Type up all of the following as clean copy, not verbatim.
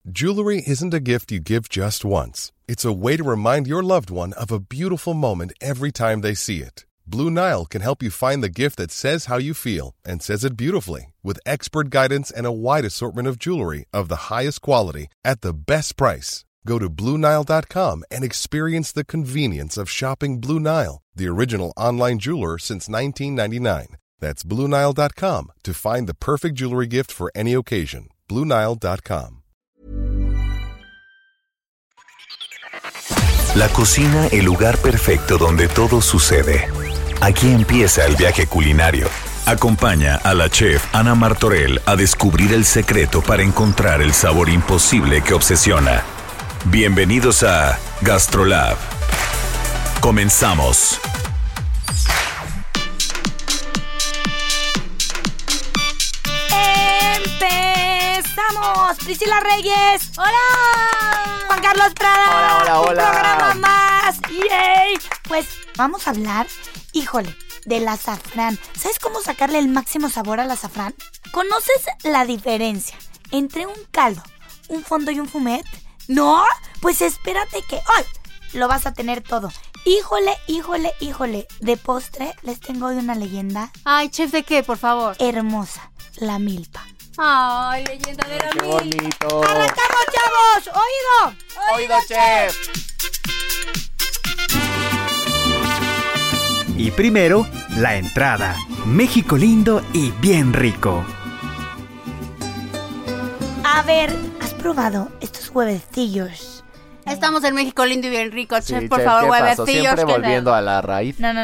Jewelry isn't a gift you give just once. It's a way to remind your loved one of a beautiful moment every time they see it. Blue Nile can help you find the gift that says how you feel and says it beautifully, with expert guidance and a wide assortment of jewelry of the highest quality at the best price. Go to BlueNile.com and experience the convenience of shopping Blue Nile, the original online jeweler since 1999. That's BlueNile.com to find the perfect jewelry gift for any occasion. BlueNile.com. La cocina, el lugar perfecto donde todo sucede. Aquí empieza el viaje culinario. Acompaña a la chef Ana Martorell a descubrir el secreto para encontrar el sabor imposible que obsesiona. Bienvenidos a GastroLab. Comenzamos. ¡Empezamos! Priscila Reyes. ¡Hola! Juan Carlos Prada. Hola. Un programa más. ¡Yay! Pues vamos a hablar, híjole, del azafrán. ¿Sabes cómo sacarle el máximo sabor al azafrán? ¿Conoces la diferencia entre un caldo, un fondo y un fumet? ¿No? Pues espérate que hoy lo vas a tener todo. Híjole. De postre les tengo hoy una leyenda. Ay, chef, ¿de qué, por favor? Hermosa, la milpa. Ay, leyenda de la ¡Qué milpa. bonito! ¡Arrancamos, chavos! ¡Oído! ¡Oído, chef! Y primero, la entrada. México lindo y bien rico. A ver, ¿has probado estos huevecillos? Estamos en México lindo y bien rico, chef, Sí, por chef, favor, ¿qué pasó? huevecillos. Siempre ¿qué tal? volviendo a la raíz. No.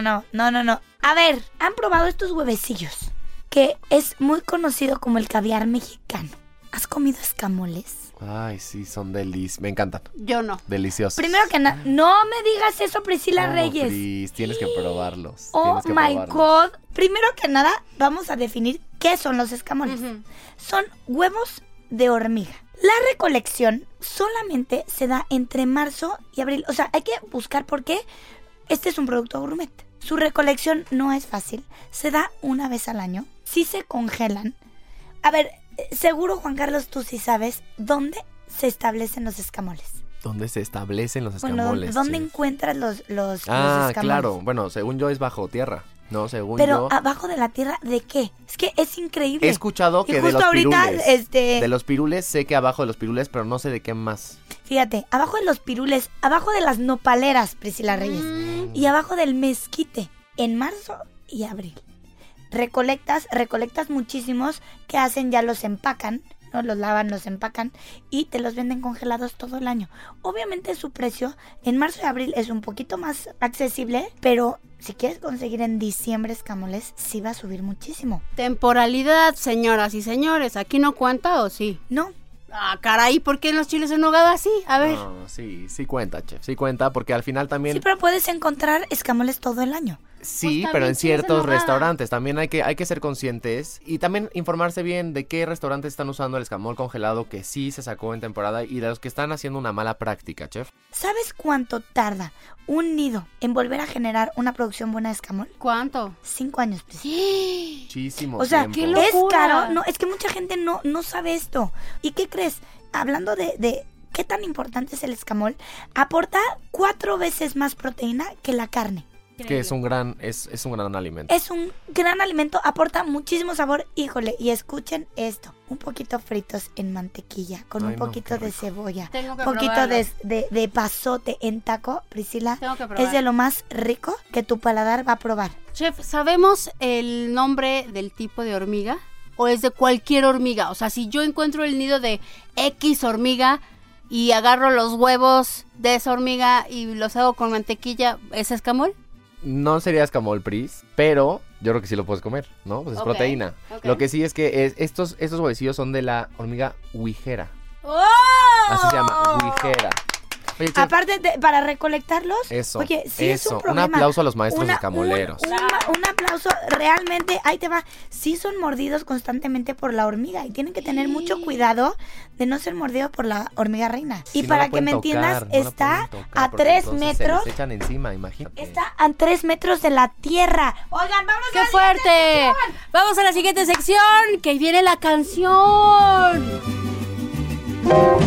A ver, ¿han probado estos huevecillos? Que es muy conocido como el caviar mexicano. ¿Has comido escamoles? Ay, sí, son deliciosos. Me encantan. Yo no. Deliciosos. Primero que nada, no me digas eso, Priscila Reyes. Cris, tienes que probarlos. Oh Tienes que my probarlos. God. Primero que nada, vamos a definir qué son los escamoles. Son huevos de hormiga. La recolección solamente se da entre marzo y abril. O sea, hay que buscar por qué este es un producto gourmet. Su recolección no es fácil. Se da una vez al año. Sí se congelan. A ver, seguro, Juan Carlos, tú sí sabes dónde se establecen los escamoles. ¿Dónde se establecen los Bueno, escamoles? ¿dónde chef? encuentras los escamoles? Claro. Bueno, según yo es bajo tierra. No, según Pero yo... abajo de la tierra, ¿de qué? Es que es increíble. He escuchado Y que de justo los ahorita, pirules. De los pirules, sé que abajo de los pirules, pero no sé de qué más. Fíjate, abajo de los pirules, abajo de las nopaleras, Priscila Reyes, y abajo del mezquite, en marzo y abril. Recolectas muchísimos, que hacen? Ya los empacan, ¿no? Los lavan, los empacan y te los venden congelados todo el año. Obviamente su precio en marzo y abril es un poquito más accesible, pero si quieres conseguir en diciembre escamoles, sí va a subir muchísimo. Temporalidad, señoras y señores. ¿Aquí no cuenta o sí? No. Ah, caray, ¿por qué los chiles en nogada sí? A ver. No, sí cuenta, chef. Sí cuenta, porque al final también... Sí, pero puedes encontrar escamoles todo el año. Sí, Pues pero también en chiles en ciertos nogada. restaurantes también hay que ser conscientes y también informarse bien de qué restaurantes están usando el escamol congelado que sí se sacó en temporada y de los que están haciendo una mala práctica, chef. ¿Sabes cuánto tarda un nido en volver a generar una producción buena de escamol? ¿Cuánto? 5 años, Priscila. Muchísimo O sea, tiempo. qué es locura. caro. No, es que mucha gente no sabe esto. ¿Y qué crees? Hablando de qué tan importante es el escamol, aporta 4 veces más proteína que la carne. Que es un gran alimento. Es un gran alimento, aporta muchísimo sabor. Híjole, y escuchen esto. Un poquito fritos en mantequilla, con Ay, un no, poquito qué de rico. cebolla. Tengo que Un poquito probarlo. de pasote en taco, Priscila. Tengo que probar. Es de lo más rico que tu paladar va a probar. Chef, ¿sabemos el nombre del tipo de hormiga? ¿O es de cualquier hormiga? O sea, si yo encuentro el nido de X hormiga y agarro los huevos de esa hormiga y los hago con mantequilla, ¿es escamol? No sería escamol, Pris, pero yo creo que sí lo puedes comer, ¿no? Pues es Ok, proteína. ok. Lo que sí es que estos huevecillos son de la hormiga huijera. ¡Oh! Así se llama, huijera. Oye, chef, Aparte, para recolectarlos, Eso, oye, sí es eso. un Un problema. aplauso a los maestros escamoleros. Un aplauso, realmente, ahí te va. Sí son mordidos constantemente por la hormiga y tienen que tener mucho cuidado de no ser mordidos por la hormiga reina. Sí, Y no para la que me pueden entiendas, tocar, no la está pueden tocar, a porque 3 entonces metros. Se les echan encima, imagínate. Está a 3 metros de la tierra. Oigan, vámonos a ¡Qué la fuerte! siguiente sección. Vamos a la siguiente sección, que viene la canción.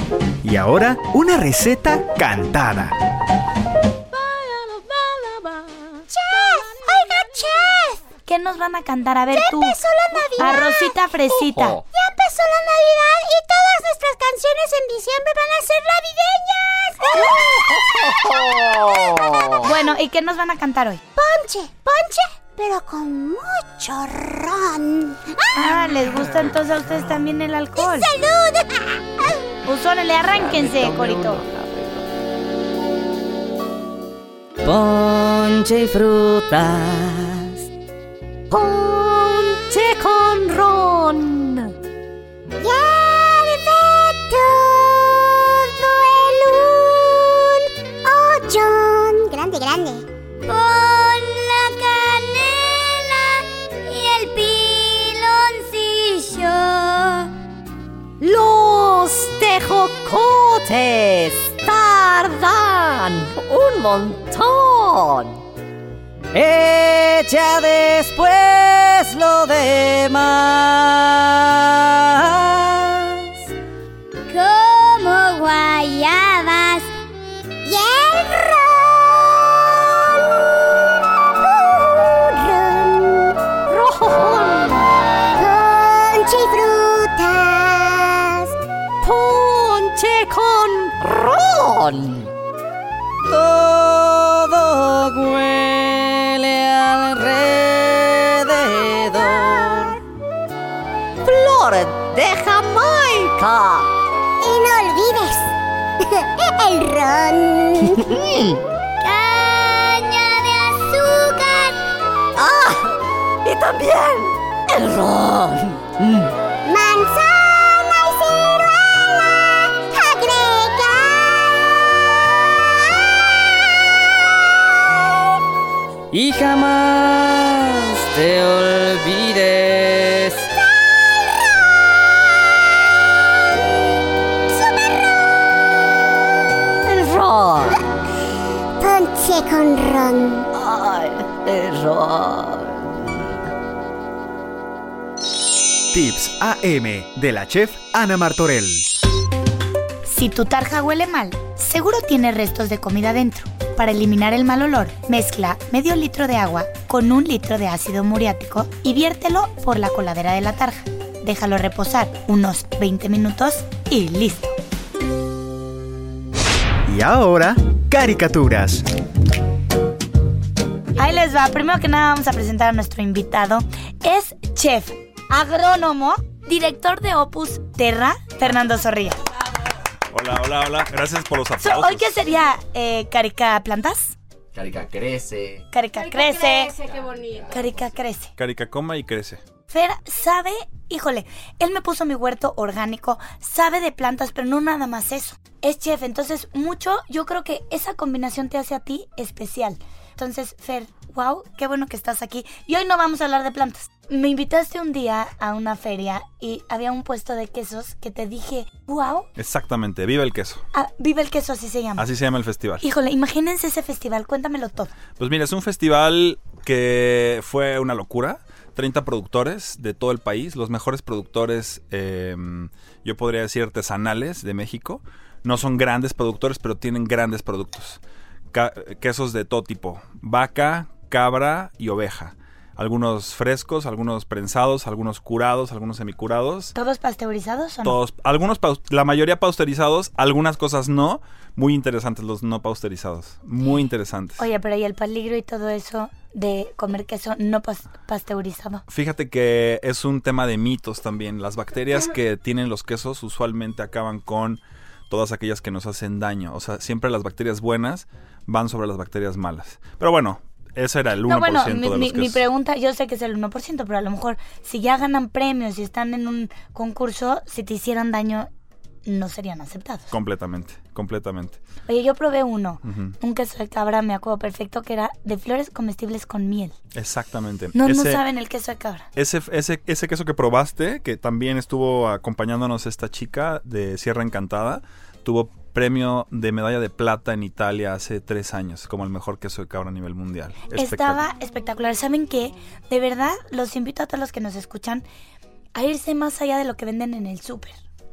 Y ahora, una receta cantada. ¿Qué nos van a cantar? A ver, tú. Ya empezó la Navidad. Arrocita fresita. Ya empezó la Navidad y todas nuestras canciones en diciembre van a ser navideñas. Bueno, ¿y qué nos van a cantar hoy? Ponche, pero con mucho ron. Ah, ¿les gusta entonces a ustedes también el alcohol? ¡Salud! Pues órale, arránquense, corito. Ponche y frutas, ponche con ron. Hierve todo el ollón. Grande. Pon la canela y el piloncillo. Los tejocotes tardan un montón. Echa después lo demás. Como guayabas y el ron. Ponche y frutas. Ponche con ron. Todo huele alrededor. Flores de Jamaica. Y no olvides el ron. Caña de azúcar. ¡Ah! Y también el ron. Manzana y ciruela. Agregar. Y jamás te olvides. El ron. Ponche con ron. Ay, el ron. Tips AM de la chef Ana Martorell. Si tu tarja huele mal, seguro tiene restos de comida dentro. Para eliminar el mal olor, mezcla medio litro de agua con 1 litro de ácido muriático y viértelo por la coladera de la tarja. Déjalo reposar unos 20 minutos y listo. Y ahora, caricaturas. Ahí les va. Primero que nada vamos a presentar a nuestro invitado. Es chef, agrónomo, director de Opus Terra, Fernando Zorrilla. Hola. Gracias por los aplausos. ¿Hoy qué sería? ¿Carica plantas? Carica crece. Carica crece. Qué bonito. Carica crece. Carica coma y crece. Fer sabe, híjole, él me puso mi huerto orgánico, sabe de plantas, pero no nada más eso. Es chef, entonces yo creo que esa combinación te hace a ti especial. Entonces, Fer, wow, qué bueno que estás aquí. Y hoy no vamos a hablar de plantas. Me invitaste un día a una feria y había un puesto de quesos que te dije, wow. Exactamente, viva el queso. Ah, Viva el Queso, así se llama. Así se llama el festival. Híjole, imagínense ese festival, cuéntamelo todo. Pues mira, es un festival que fue una locura. 30 productores de todo el país, los mejores productores, yo podría decir artesanales de México. No son grandes productores, pero tienen grandes productos. Quesos de todo tipo, vaca, cabra y oveja. Algunos frescos, algunos prensados, algunos curados, algunos semicurados. ¿Todos pasteurizados o no? Todos, la mayoría pasteurizados, algunas cosas no. Muy interesantes los no pasteurizados, muy interesantes. Oye, pero ¿y el peligro y todo eso de comer queso no pasteurizado? Fíjate que es un tema de mitos también. Las bacterias que tienen los quesos usualmente acaban con todas aquellas que nos hacen daño. O sea, siempre las bacterias buenas van sobre las bacterias malas. Pero bueno, ese era el 1% de los quesos. Mi pregunta, yo sé que es el 1%, pero a lo mejor si ya ganan premios y están en un concurso, si te hicieran daño, no serían aceptados. Completamente. Oye, yo probé un queso de cabra, me acuerdo perfecto, que era de flores comestibles con miel. Exactamente. No saben el queso de cabra. Ese queso que probaste, que también estuvo acompañándonos esta chica de Sierra Encantada, tuvo premio de medalla de plata en Italia hace 3 años, como el mejor queso de cabra a nivel mundial. Estaba espectacular. ¿Saben qué? De verdad, los invito a todos los que nos escuchan a irse más allá de lo que venden en el súper.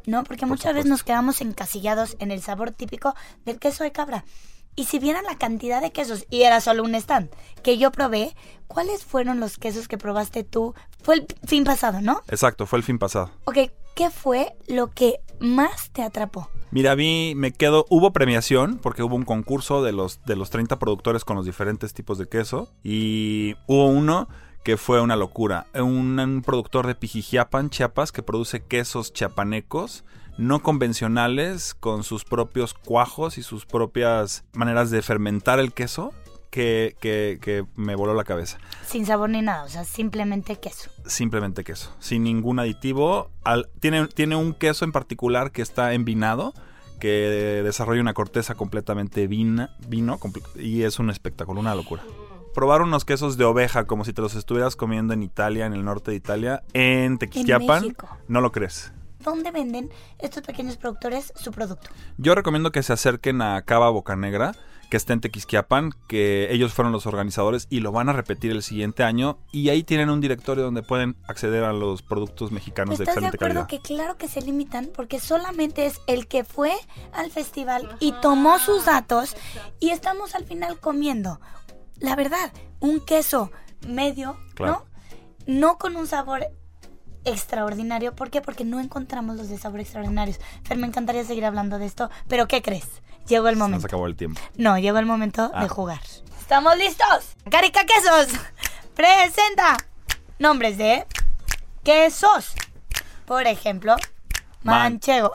¿no? Porque muchas veces nos quedamos encasillados en el sabor típico del queso de cabra. Y si vieran la cantidad de quesos, y era solo un stand, que yo probé, ¿cuáles fueron los quesos que probaste tú? Fue el fin pasado, ¿no? Exacto, fue el fin pasado. Ok, ¿qué fue lo que más te atrapó? Mira, a mí me quedo... Hubo premiación, porque hubo un concurso de los 30 productores con los diferentes tipos de queso. Y hubo uno que fue una locura. Un productor de Pijijiapan, Chiapas, que produce quesos chiapanecos no convencionales, con sus propios cuajos y sus propias maneras de fermentar el queso, que me voló la cabeza. Sin sabor ni nada, o sea, simplemente queso. Simplemente queso, sin ningún aditivo. Tiene un queso en particular que está envinado, que desarrolla una corteza completamente vino, y es un espectáculo, una locura. Probar unos quesos de oveja como si te los estuvieras comiendo en Italia, en el norte de Italia, en Tequisquiapan, En México. no lo crees. ¿Dónde venden estos pequeños productores su producto? Yo recomiendo que se acerquen a Cava Bocanegra, que está en Tequisquiapan, que ellos fueron los organizadores y lo van a repetir el siguiente año, y ahí tienen un directorio donde pueden acceder a los productos mexicanos de excelente calidad. ¿Estás de acuerdo que claro que se limitan? Porque solamente es el que fue al festival y tomó sus datos, y estamos al final comiendo, la verdad, un queso medio, Claro. ¿no? No con un sabor extraordinario. ¿Por qué? Porque no encontramos los de sabor extraordinarios. Fer, me encantaría seguir hablando de esto, pero ¿qué crees? Llegó el Se momento. nos acabó el tiempo. No, llegó el momento de jugar. ¿Estamos listos? Carica Quesos presenta nombres de quesos. Por ejemplo, manchego,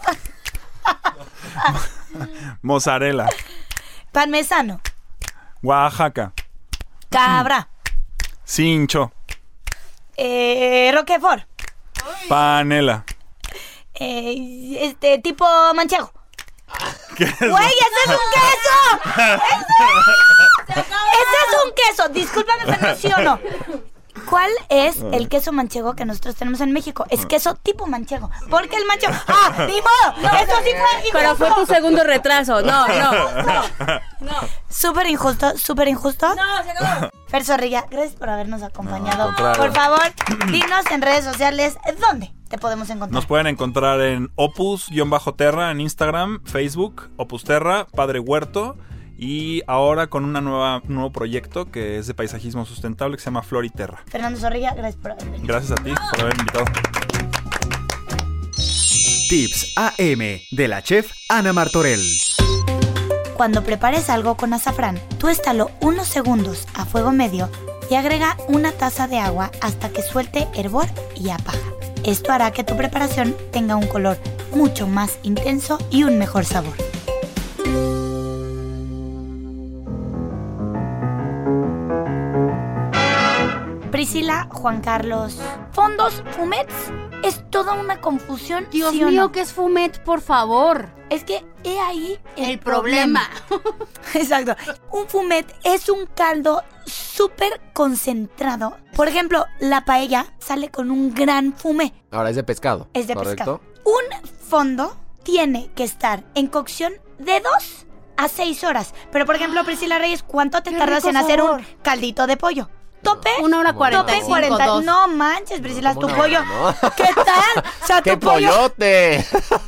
Mozzarella, parmesano, Oaxaca, cabra, Cincho, roquefort, Panela. tipo manchego. ¿Qué es? ¡Güey, ese es un queso! ¡Ese es un queso! Discúlpame, pero sí o no. ¿Cuál es el queso manchego que nosotros tenemos en México? Es queso tipo manchego. ¿Por qué el manchego? ¡Ah, ni modo! ¡Esto sí fue injusto! Pero fue tu segundo retraso. No. Súper injusto, súper injusto. No, se acabó. Fer Zorrilla, gracias por habernos acompañado. al contrario. Por favor, dinos en redes sociales dónde te podemos encontrar. Nos pueden encontrar en Opus-Terra en Instagram, Facebook, Opus Terra, Padre Huerto, y ahora con un nuevo proyecto que es de paisajismo sustentable que se llama Flor y Terra. Fernando Zorrilla, gracias por haber venido. Gracias a ti por haberme invitado. Tips AM de la chef Ana Martorell. Cuando prepares algo con azafrán, tuéstalo unos segundos a fuego medio y agrega una taza de agua hasta que suelte hervor y apaga. Esto hará que tu preparación tenga un color mucho más intenso y un mejor sabor. Priscila, Juan Carlos, fondos, fumets, es toda una confusión. Dios ¿sí o mío, no? ¿qué es fumet, por favor? Es que he ahí El problema. Exacto. Un fumet es un caldo súper concentrado. Por ejemplo, la paella sale con un gran fumé. Ahora es de pescado. Es de ¿correcto? pescado. Un fondo tiene que estar en cocción de 2 a 6 horas. Pero, por ejemplo, Priscila Reyes, ¿cuánto te Qué tardas rico en hacer sabor. un caldito de pollo? Tope. 1 hora 45, Tope 40. 2. No manches, Priscila, ¿Cómo tu no? pollo. No. ¿Qué tal? O sea, ¡Qué tu pollo. pollote!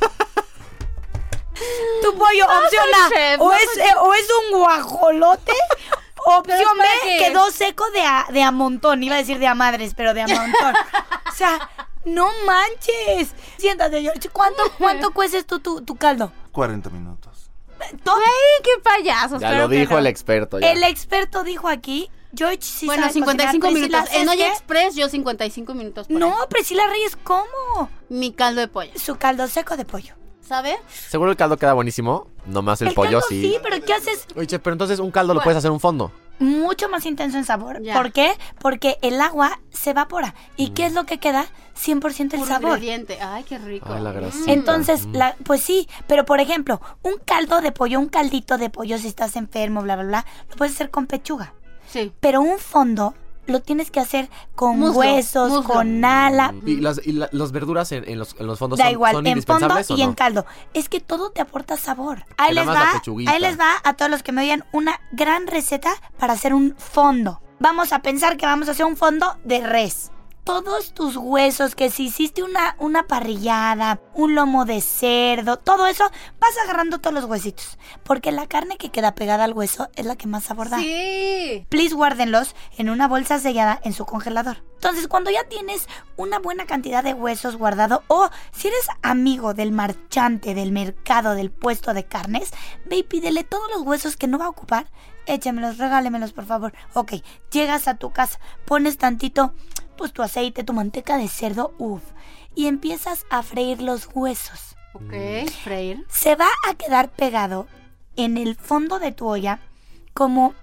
Tu pollo, opción A. chef, O no es un guajolote. Opción espera, B, ¿qué quedó es? seco de a montón. Iba a decir de a madres, pero de a montón. O sea, no manches. Siéntate, George. ¿Cuánto cueces tú tu caldo? 40 minutos. Top. ¡Ay, qué payasos! Ya claro lo que dijo no. el experto. Ya. El experto dijo aquí, George sí Bueno, sabe 55 cocinar. minutos. Priscila, En ¿sabes Olla qué? Express, yo 55 minutos por ahí. No, Priscila Reyes, ¿cómo? Mi caldo de pollo. Su caldo seco de pollo. ¿Sabe? Seguro el caldo queda buenísimo. Nomás el pollo caldo sí. sí, pero ¿qué haces? Oye, chef, pero entonces un caldo lo puedes hacer un fondo. Mucho más intenso en sabor. Ya. ¿Por qué? Porque el agua se evapora. ¿Y qué es lo que queda? 100% el Puro sabor. ingrediente. Ay, qué rico. Ay, la grasita. Entonces, pues sí, pero por ejemplo, un caldo de pollo, un caldito de pollo, si estás enfermo, bla, bla, bla, lo puedes hacer con pechuga. Sí. Pero un fondo lo tienes que hacer con Muslo, huesos, muslo. con ala. ¿Y las verduras en los fondos Da son, igual, son en fondo indispensables o y no? en caldo. Es que todo te aporta sabor. Ahí nada les más la va, pechuguita. ahí les va a todos los que me oigan una gran receta para hacer un fondo. Vamos a pensar que vamos a hacer un fondo de res. todos tus huesos, que si hiciste una parrillada, un lomo de cerdo, todo eso, vas agarrando todos los huesitos. Porque la carne que queda pegada al hueso es la que más sabor da. Sí. Please guárdenlos en una bolsa sellada en su congelador. Entonces, cuando ya tienes una buena cantidad de huesos guardado, o si eres amigo del marchante, del mercado, del puesto de carnes, ve y pídele todos los huesos que no va a ocupar. Échamelos, regálemelos, por favor. Ok, llegas a tu casa, pones tantito, pues tu aceite, tu manteca de cerdo, y empiezas a freír los huesos. Ok, freír. Se va a quedar pegado en el fondo de tu olla como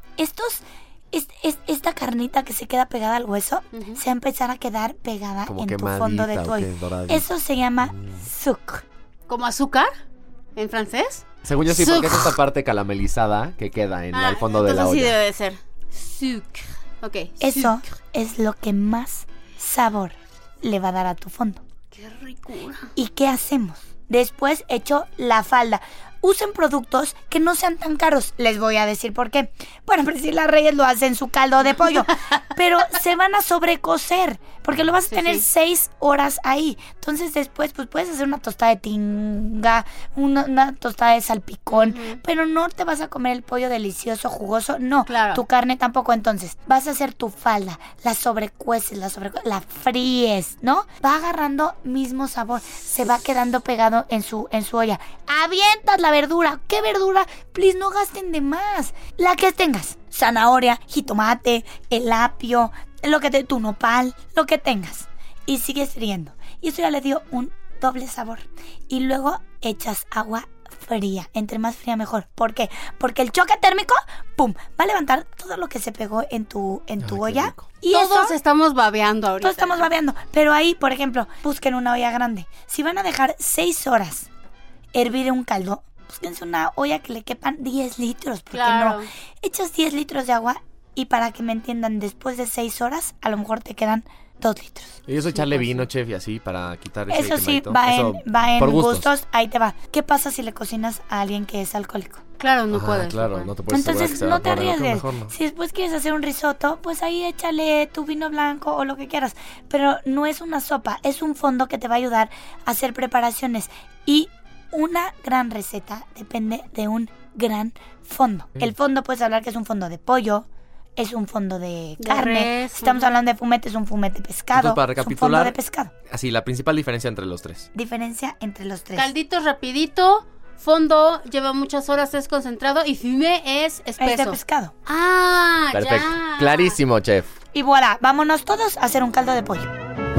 esta carnita que se queda pegada al hueso, se va a empezar a quedar pegada como en tu fondo de tu olla. Eso se llama sucre. ¿Como azúcar? ¿En francés? Según yo sí, porque es esta parte caramelizada que queda en el fondo de la olla. Sí debe de ser. Sucre. Ok. Eso es lo que más sabor le va a dar a tu fondo. ¡Qué ricura! ¿Y qué hacemos? Después echo la falda. Usen productos que no sean tan caros. Les voy a decir por qué. Bueno, Priscila Reyes lo hace en su caldo de pollo. Pero se van a sobrecocer. Porque lo vas a tener 6 horas ahí. Entonces después pues puedes hacer una tostada de tinga, una tostada de salpicón. Pero no te vas a comer el pollo delicioso, jugoso. No, claro. Tu carne tampoco. Entonces vas a hacer tu falda. La sobrecueces, la fríes, ¿no? Va agarrando mismo sabor. Se va quedando pegado en su olla. Avientas la verdura. ¿Qué verdura? Please, no gasten de más. La que tengas. Zanahoria, jitomate, el apio, tu nopal, lo que tengas. Y sigues friendo. Y eso ya le dio un doble sabor. Y luego echas agua fría. Entre más fría mejor. ¿Por qué? Porque el choque térmico, ¡pum!, va a levantar todo lo que se pegó en tu olla. Y todos estamos babeando ahorita. Todos estamos babeando. Pero ahí, por ejemplo, busquen una olla grande. Si van a dejar 6 horas hervir un caldo, búsquense una olla que le quepan 10 litros. ¿Por qué no? Echas 10 litros de agua y, para que me entiendan, después de 6 horas, a lo mejor te quedan 2 litros. Y eso echarle vino, chef, y así para quitar ese Eso sí, quemadito. va en por gustos. Ahí te va. ¿Qué pasa si le cocinas a alguien que es alcohólico? Claro, no puedes. Claro, no te puedes. Entonces no te arriesgues. No. Si después quieres hacer un risotto, pues ahí échale tu vino blanco o lo que quieras. Pero no es una sopa, es un fondo que te va a ayudar a hacer preparaciones. Y una gran receta depende de un gran fondo. El fondo, puedes hablar que es un fondo de pollo, es un fondo de carne. Res, si estamos hablando de fumete, es un fumete pescado. Entonces, para recapitular, es un fondo de pescado. Así, la principal diferencia entre los tres. Diferencia entre los tres. Caldito rapidito, fondo lleva muchas horas, es concentrado, y fumé es espeso. Es de pescado. Ah, perfecto. Ya. Clarísimo, chef. Y voilà, vámonos todos a hacer un caldo de pollo.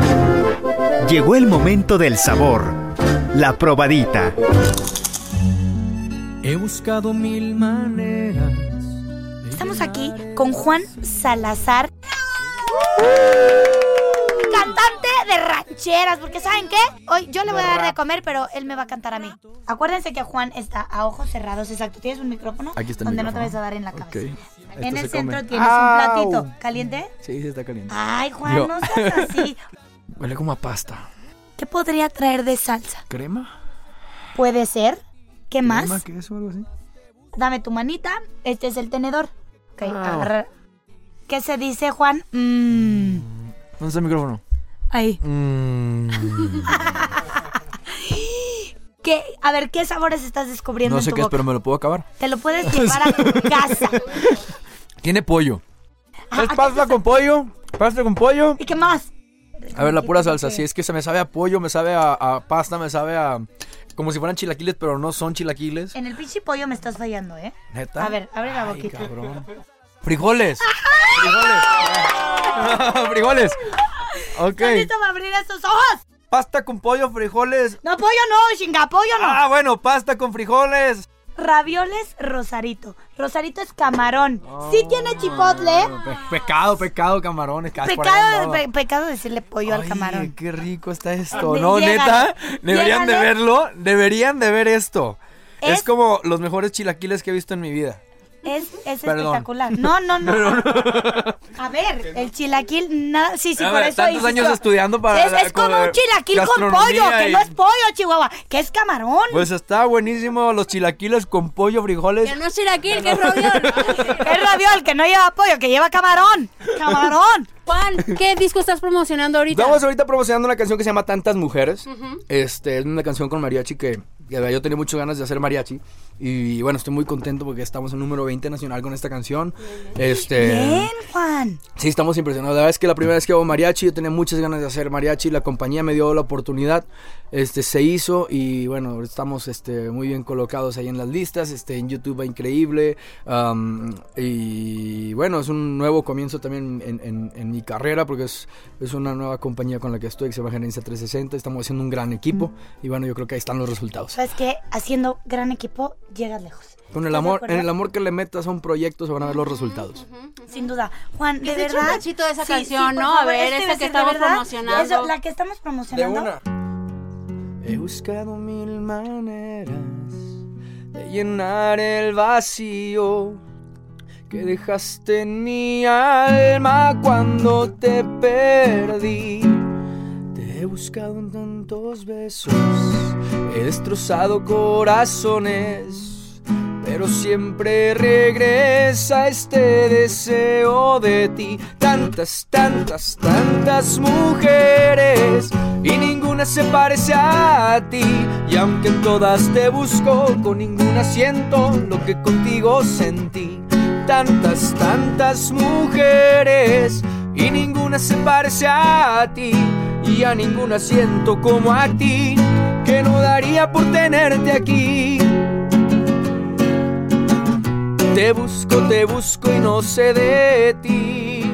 Llegó el momento del sabor. La probadita. He buscado 1000 maneras. Estamos aquí con Juan Salazar, cantante de rancheras, porque ¿saben qué? Hoy yo le voy a dar de comer, pero él me va a cantar a mí. Acuérdense que Juan está a ojos cerrados, exacto. ¿Tienes un micrófono? Aquí está el donde micrófono. no te vayas a dar en la cabeza. Okay. En el se centro come. tienes un platito. ¿Caliente? Sí, está caliente. Ay, Juan, no seas así. Huele como a pasta. ¿Qué podría traer de salsa? ¿Crema? Puede ser. ¿Qué más? ¿Crema, queso o algo así? Dame tu manita. Este es el tenedor. Ok, agarra. ¿Qué se dice, Juan? ¿Dónde está el micrófono? Ahí. A ver, ¿qué sabores estás descubriendo No sé en tu qué es, boca? pero me lo puedo acabar. Te lo puedes llevar a tu casa. Tiene pollo. Ah, Es pasta con pollo. Pasta con pollo. ¿Y qué más? A ver, la pura salsa. Sí, es que se me sabe a pollo, me sabe a pasta, me sabe a... Como si fueran chilaquiles, pero no son chilaquiles. En el pinche pollo me estás fallando, ¿eh? ¿Neta? A ver, abre la boquita. Cabrón. ¡Frijoles! ¡Frijoles! ¡Frijoles! Ok. ¿Estás listo para abrir esos ojos? Pasta con pollo, frijoles. No, pollo no, chinga, pollo no. Ah, bueno, pasta con frijoles. Ravioles Rosarito. Rosarito es camarón. Sí tiene chipotle. Pecado, camarones. Pecado decirle pollo al camarón. Qué rico está esto. Llégale, No, neta, deberían llégale. de verlo. Deberían de ver esto. Es como los mejores chilaquiles que he visto en mi vida. Es Perdón. espectacular. No. A ver, el chilaquil, nada. Sí, A por ver, eso. tantos años estudiando para Es como un chilaquil con gastronomía pollo, que y- no es pollo, Chihuahua, que es camarón. Pues está buenísimo los chilaquiles con pollo, frijoles. Que no es chilaquil, que es raviol. Es raviol, que no lleva pollo, que lleva camarón. ¡Camarón! Juan, ¿qué disco estás promocionando ahorita? Estamos ahorita promocionando una canción que se llama Tantas Mujeres. Es una canción con mariachi que yo tenía muchas ganas de hacer mariachi. Y bueno, estoy muy contento porque estamos en número 20 nacional con esta canción. Bien, Juan. Sí, estamos impresionados. La verdad es que la primera vez que hago mariachi, yo tenía muchas ganas de hacer mariachi. La compañía me dio la oportunidad. Se hizo y bueno, estamos muy bien colocados ahí en las listas. En YouTube va increíble. Y bueno, es un nuevo comienzo también en mi carrera porque es una nueva compañía con la que estoy, que se llama Gerencia 360. Estamos haciendo un gran equipo y bueno, yo creo que ahí están los resultados. ¿Sabes qué? Haciendo gran equipo, llegas lejos. Con el amor, en el amor que le metas a un proyecto se van a ver los resultados. Sin duda. Juan, de has hecho verdad. un cachito de esa Sí, canción, por ¿no? favor, A ver, esa va a que ser estamos de verdad. promocionando. Eso, la que estamos promocionando. He buscado mil maneras de llenar el vacío que dejaste en mi alma cuando te perdí. Te he buscado en tantos besos, he destrozado corazones, pero siempre regresa este deseo de ti. Tantas, tantas, tantas mujeres y ninguna se parece a ti. Y aunque en todas te busco, con ninguna siento lo que contigo sentí. Tantas, tantas mujeres y ninguna se parece a ti. Y a ninguna siento como a ti, que no daría por tenerte aquí. Te busco y no sé de ti,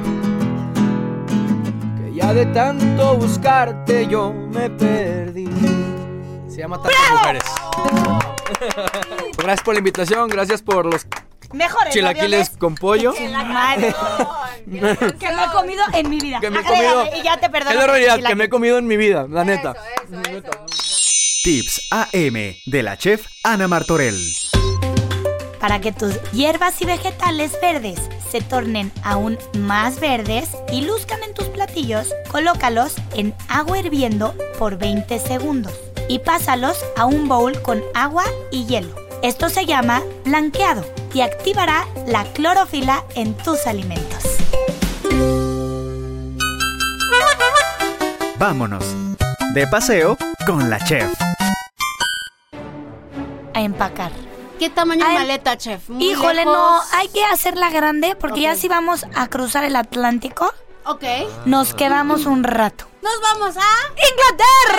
que ya de tanto buscarte yo me perdí. Se llama Tantas Mujeres. Gracias por la invitación, gracias por los Mejores chilaquiles con pollo. Madre. Que me he comido en mi vida. Que me he Agrégale, comido. y ya te perdono. Es la realidad, que chilaquil. me he comido en mi vida, la neta. Tips AM de la chef Ana Martorell. Para que tus hierbas y vegetales verdes se tornen aún más verdes y luzcan en tus platillos, colócalos en agua hirviendo por 20 segundos y pásalos a un bowl con agua y hielo. Esto se llama blanqueado y activará la clorofila en tus alimentos. Vámonos de paseo con la chef. A empacar. ¿Qué tamaño Ay, de maleta, chef? ¿Muy Híjole, lejos? no, hay que hacerla grande porque Ok. ya si vamos a cruzar el Atlántico, Ok. nos quedamos un rato. Nos vamos a ¡Inglaterra!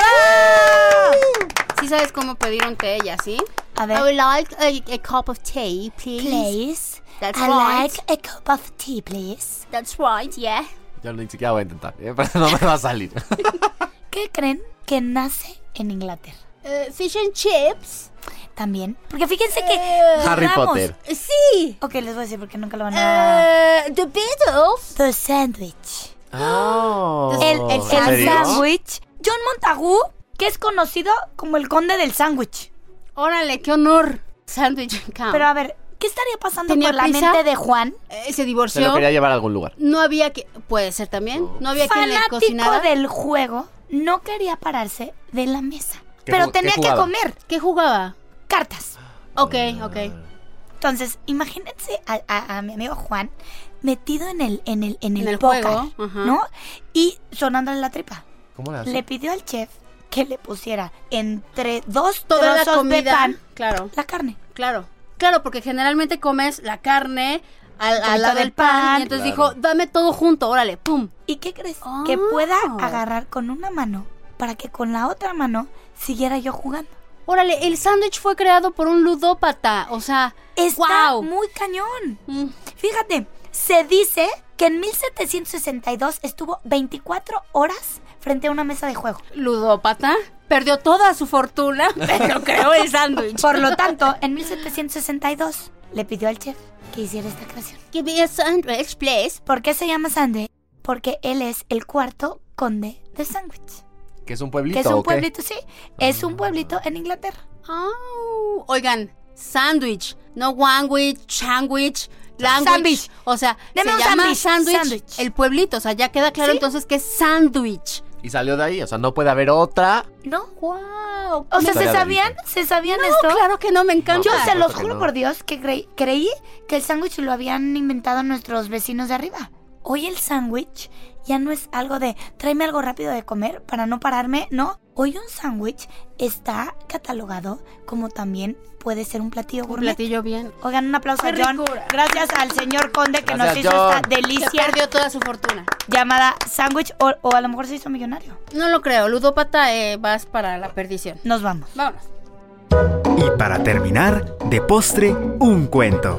¿Sí sabes cómo pedir un té y así? A ver. I would like a cup of tea, please. Please. That's I right. like a cup of tea, please. That's right, yeah. Ya ni siquiera voy a intentar, pero no me va a salir. ¿Qué creen que nace en Inglaterra? Fish and chips. También. Porque fíjense que Harry jugamos. Potter. Sí. Ok, les voy a decir porque nunca lo van a... The Beatles. The sandwich. Oh, El ¿en serio? sándwich. John Montagu, que es conocido como el conde del sándwich. Órale, qué honor. Sandwich camp. Pero a ver, ¿qué estaría pasando ¿Tenía por la prisa? mente de Juan? Se Se divorció. lo quería llevar a algún lugar. No había que... Puede ser también. No había quien le Fanático cocinara. del juego, no quería pararse de la mesa. ¿Qué Pero ju- tenía qué que jugaba? comer ¿Qué jugaba? cartas. Ok, ok. Entonces, imagínense a mi amigo Juan metido en el el póker, juego, ajá. ¿no? Y sonándole la tripa. ¿Cómo le hace? Le pidió al chef que le pusiera entre dos Toda la trozos comida. de pan Claro, la carne. claro. Claro, porque generalmente comes la carne al Poquito lado del del pan. pan. Y entonces Claro. dijo, dame todo junto, órale, pum. ¿Y qué crees? Oh. Que pueda agarrar con una mano para que con la otra mano siguiera yo jugando. Órale, el sándwich fue creado por un ludópata. O sea, Está wow. muy cañón. Mm. Fíjate, se dice que en 1762 estuvo 24 horas frente a una mesa de juego. Ludópata. Perdió toda su fortuna, pero creó el sándwich. Por lo tanto, en 1762 le pidió al chef que hiciera esta creación. Give me a sandwich, please. ¿Por qué se llama sándwich? Porque él es el cuarto conde de sándwich. ¿Que es un pueblito Que es un o qué? pueblito, sí. Es un pueblito en Inglaterra. Oh. Oigan, sándwich, no wanwich, sandwich, language. Sándwich. O sea, Deme se un llama sándwich. sándwich el pueblito. O sea, ya queda claro entonces que es sándwich. Y salió de ahí, o sea, no puede haber otra. ¿No? ¡Wow! O sea, Historia ¿se sabían No, esto? claro que no, me encanta. Yo se los que juro no. por Dios que creí que el sándwich lo habían inventado nuestros vecinos de arriba. Hoy el sándwich ya no es algo de tráeme algo rápido de comer para no pararme, no. Hoy un sándwich está catalogado como también puede ser un platillo Un gourmet. platillo bien. Oigan, un aplauso Qué a John. ricura. Gracias al señor Conde que Gracias, nos hizo John. esta Se delicia perdió toda su fortuna. llamada sándwich o a lo mejor se hizo millonario. No lo creo. Ludópata, vas para la perdición. Nos vamos. Vámonos. Y para terminar, de postre, un cuento.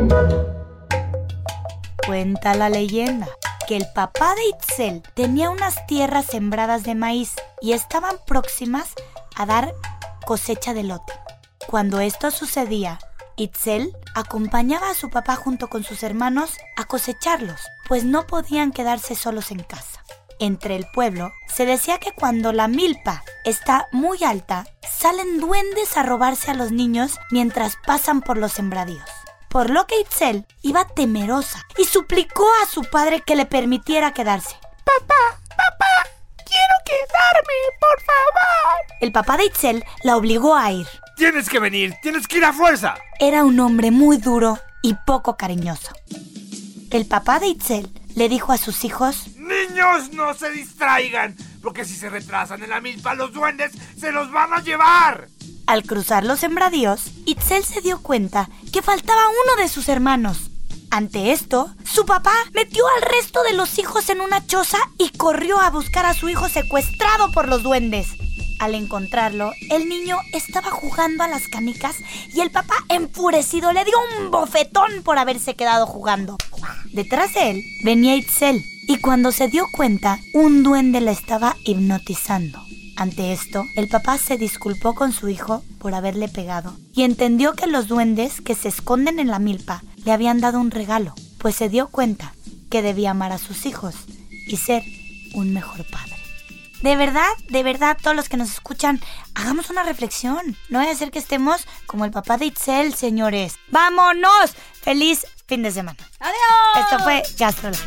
Cuenta la leyenda que el papá de Itzel tenía unas tierras sembradas de maíz y estaban próximas a dar cosecha de lote. Cuando esto sucedía, Itzel acompañaba a su papá junto con sus hermanos a cosecharlos, pues no podían quedarse solos en casa. Entre el pueblo se decía que cuando la milpa está muy alta, salen duendes a robarse a los niños mientras pasan por los sembradíos. Por lo que Itzel iba temerosa y suplicó a su padre que le permitiera quedarse. ¡Papá! ¡Quiero quedarme, por favor! El papá de Itzel la obligó a ir. Tienes que venir, tienes que ir a fuerza. Era un hombre muy duro y poco cariñoso. El papá de Itzel le dijo a sus hijos: Niños, no se distraigan, porque si se retrasan en la milpa, los duendes se los van a llevar. Al cruzar los sembradíos, Itzel se dio cuenta que faltaba uno de sus hermanos. Ante esto, su papá metió al resto de los hijos en una choza y corrió a buscar a su hijo secuestrado por los duendes. Al encontrarlo, el niño estaba jugando a las canicas y el papá, enfurecido, le dio un bofetón por haberse quedado jugando. Detrás de él venía Itzel y cuando se dio cuenta, un duende la estaba hipnotizando. Ante esto, el papá se disculpó con su hijo por haberle pegado y entendió que los duendes que se esconden en la milpa le habían dado un regalo, pues se dio cuenta que debía amar a sus hijos y ser un mejor padre. De verdad, todos los que nos escuchan, hagamos una reflexión. No vaya a ser que estemos como el papá de Itzel, señores. ¡Vámonos! ¡Feliz fin de semana! ¡Adiós! Esto fue GastroLab.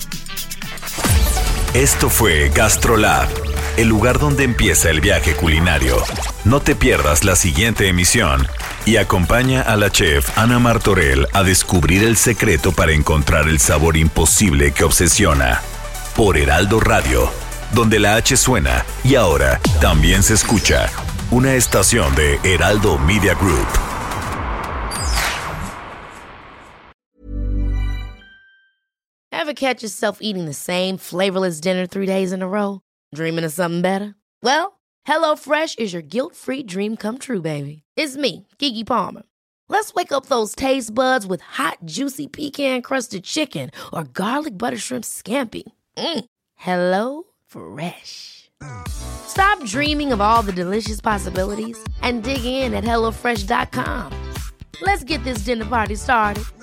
Esto fue GastroLab, el lugar donde empieza el viaje culinario. No te pierdas la siguiente emisión y acompaña a la chef Ana Martorell a descubrir el secreto para encontrar el sabor imposible que obsesiona. Por Heraldo Radio, donde la H suena y ahora también se escucha. Una estación de Heraldo Media Group. Ever catch yourself eating the same flavorless dinner 3 days in a row? Dreaming of something better? Well, HelloFresh is your guilt-free dream come true, baby. It's me, Keke Palmer. Let's wake up those taste buds with hot, juicy pecan-crusted chicken or garlic butter shrimp scampi. Hello Fresh. Stop dreaming of all the delicious possibilities and dig in at HelloFresh.com. Let's get this dinner party started.